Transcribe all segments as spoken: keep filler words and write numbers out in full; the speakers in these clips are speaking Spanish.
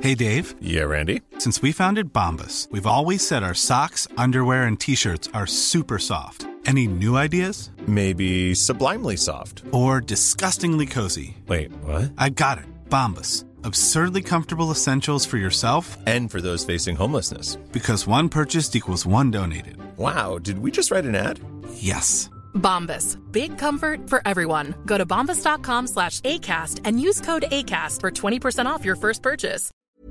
Hey, Dave. Yeah, Randy? Since we founded Bombas, we've always said our socks, underwear, and T-shirts are super soft. Any new ideas? Maybe sublimely soft. Or disgustingly cozy. Wait, what? I got it. Bombas. Absurdly comfortable essentials for yourself and for those facing homelessness. Because one purchased equals one donated. Wow, did we just write an ad? Yes. Bombas. Big comfort for everyone. Go to bombas.com slash ACAST and use code ACAST for twenty percent off your first purchase.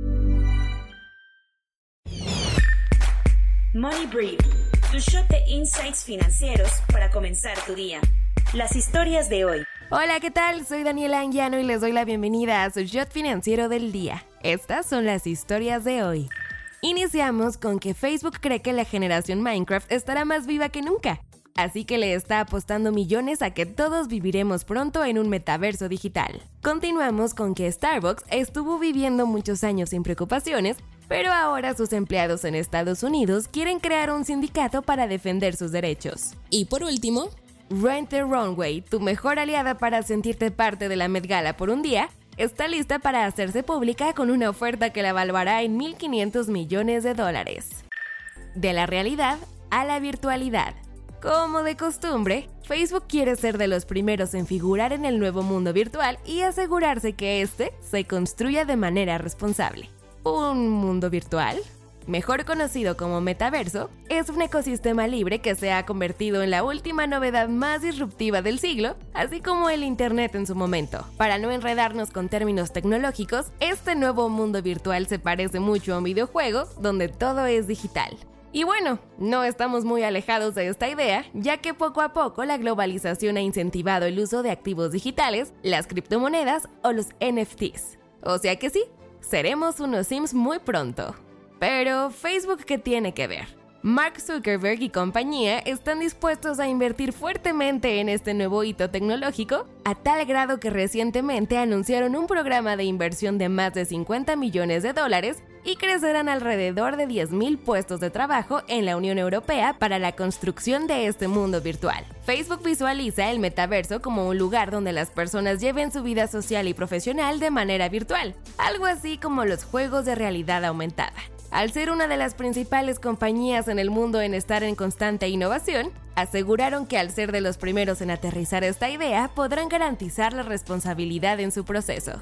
Money Brief, tu shot de insights financieros para comenzar tu día. Las historias de hoy. Hola, ¿qué tal? Soy Daniela Anguiano y les doy la bienvenida a su shot financiero del día. Estas son las historias de hoy. Iniciamos con que Facebook cree que la generación Minecraft estará más viva que nunca, así que le está apostando millones a que todos viviremos pronto en un metaverso digital. Continuamos con que Starbucks estuvo viviendo muchos años sin preocupaciones, pero ahora sus empleados en Estados Unidos quieren crear un sindicato para defender sus derechos. Y por último, Rent the Runway, tu mejor aliada para sentirte parte de la Met Gala por un día, está lista para hacerse pública con una oferta que la evaluará en mil quinientos millones de dólares. De la realidad a la virtualidad. Como de costumbre, Facebook quiere ser de los primeros en figurar en el nuevo mundo virtual y asegurarse que este se construya de manera responsable. Un mundo virtual, mejor conocido como metaverso, es un ecosistema libre que se ha convertido en la última novedad más disruptiva del siglo, así como el Internet en su momento. Para no enredarnos con términos tecnológicos, este nuevo mundo virtual se parece mucho a un videojuego donde todo es digital. Y bueno, no estamos muy alejados de esta idea, ya que poco a poco la globalización ha incentivado el uso de activos digitales, las criptomonedas o los N F Ts. O sea que sí, seremos unos Sims muy pronto. Pero, ¿Facebook qué tiene que ver? Mark Zuckerberg y compañía están dispuestos a invertir fuertemente en este nuevo hito tecnológico, a tal grado que recientemente anunciaron un programa de inversión de más de cincuenta millones de dólares y crecerán alrededor de diez mil puestos de trabajo en la Unión Europea para la construcción de este mundo virtual. Facebook visualiza el metaverso como un lugar donde las personas lleven su vida social y profesional de manera virtual, algo así como los juegos de realidad aumentada. Al ser una de las principales compañías en el mundo en estar en constante innovación, aseguraron que al ser de los primeros en aterrizar esta idea, podrán garantizar la responsabilidad en su proceso.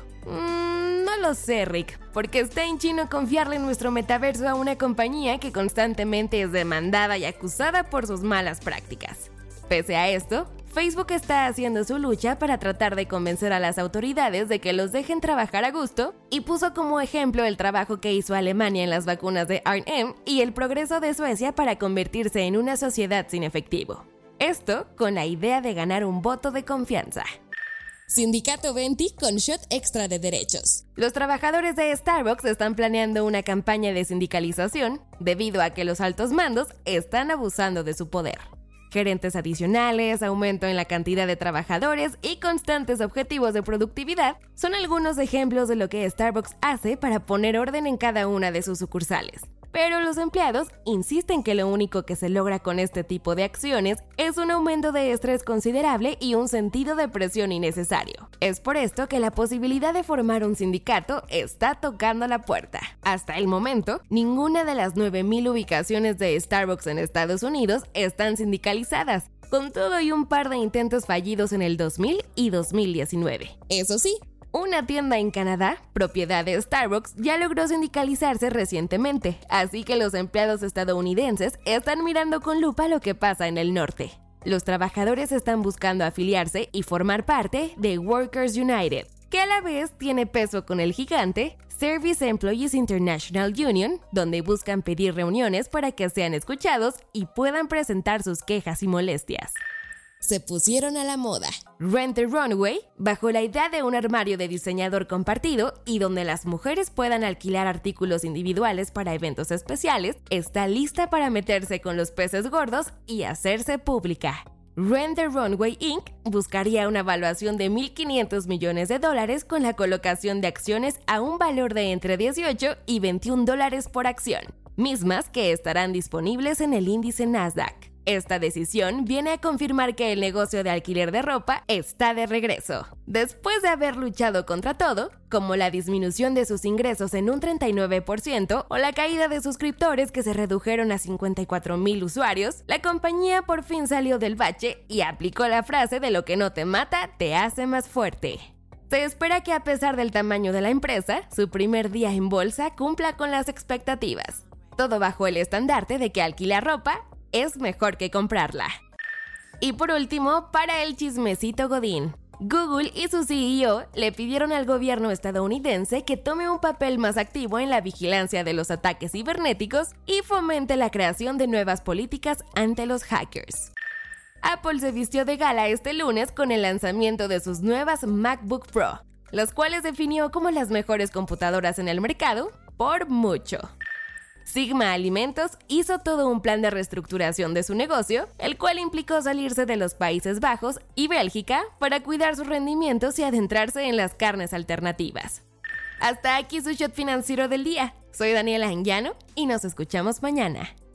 Mm, no lo sé, Rick, porque está en chino confiarle nuestro metaverso a una compañía que constantemente es demandada y acusada por sus malas prácticas. Pese a esto, Facebook está haciendo su lucha para tratar de convencer a las autoridades de que los dejen trabajar a gusto y puso como ejemplo el trabajo que hizo Alemania en las vacunas de R and M y el progreso de Suecia para convertirse en una sociedad sin efectivo. Esto con la idea de ganar un voto de confianza. Sindicato Venti con shot extra de derechos. Los trabajadores de Starbucks están planeando una campaña de sindicalización debido a que los altos mandos están abusando de su poder. Gerentes adicionales, aumento en la cantidad de trabajadores y constantes objetivos de productividad son algunos ejemplos de lo que Starbucks hace para poner orden en cada una de sus sucursales. Pero los empleados insisten que lo único que se logra con este tipo de acciones es un aumento de estrés considerable y un sentido de presión innecesario. Es por esto que la posibilidad de formar un sindicato está tocando la puerta. Hasta el momento, ninguna de las nueve mil ubicaciones de Starbucks en Estados Unidos están sindicalizadas, con todo y un par de intentos fallidos en el dos mil y dos mil diecinueve. Eso sí, una tienda en Canadá, propiedad de Starbucks, ya logró sindicalizarse recientemente, así que los empleados estadounidenses están mirando con lupa lo que pasa en el norte. Los trabajadores están buscando afiliarse y formar parte de Workers United, que a la vez tiene peso con el gigante Service Employees International Union, donde buscan pedir reuniones para que sean escuchados y puedan presentar sus quejas y molestias. Se pusieron a la moda. Rent the Runway, bajo la idea de un armario de diseñador compartido y donde las mujeres puedan alquilar artículos individuales para eventos especiales, está lista para meterse con los peces gordos y hacerse pública. Rent the Runway incorporated buscaría una evaluación de mil quinientos millones de dólares con la colocación de acciones a un valor de entre dieciocho y veintiún dólares por acción, mismas que estarán disponibles en el índice Nasdaq. Esta decisión viene a confirmar que el negocio de alquiler de ropa está de regreso. Después de haber luchado contra todo, como la disminución de sus ingresos en un treinta y nueve por ciento o la caída de suscriptores que se redujeron a cincuenta y cuatro mil usuarios, la compañía por fin salió del bache y aplicó la frase de lo que no te mata, te hace más fuerte. Se espera que a pesar del tamaño de la empresa, su primer día en bolsa cumpla con las expectativas. Todo bajo el estandarte de que alquilar ropa es mejor que comprarla. Y por último, para el chismecito godín. Google y su C E O le pidieron al gobierno estadounidense que tome un papel más activo en la vigilancia de los ataques cibernéticos y fomente la creación de nuevas políticas ante los hackers. Apple se vistió de gala este lunes con el lanzamiento de sus nuevas MacBook Pro, las cuales definió como las mejores computadoras en el mercado por mucho. Sigma Alimentos hizo todo un plan de reestructuración de su negocio, el cual implicó salirse de los Países Bajos y Bélgica para cuidar sus rendimientos y adentrarse en las carnes alternativas. Hasta aquí su shot financiero del día. Soy Daniela Anguiano y nos escuchamos mañana.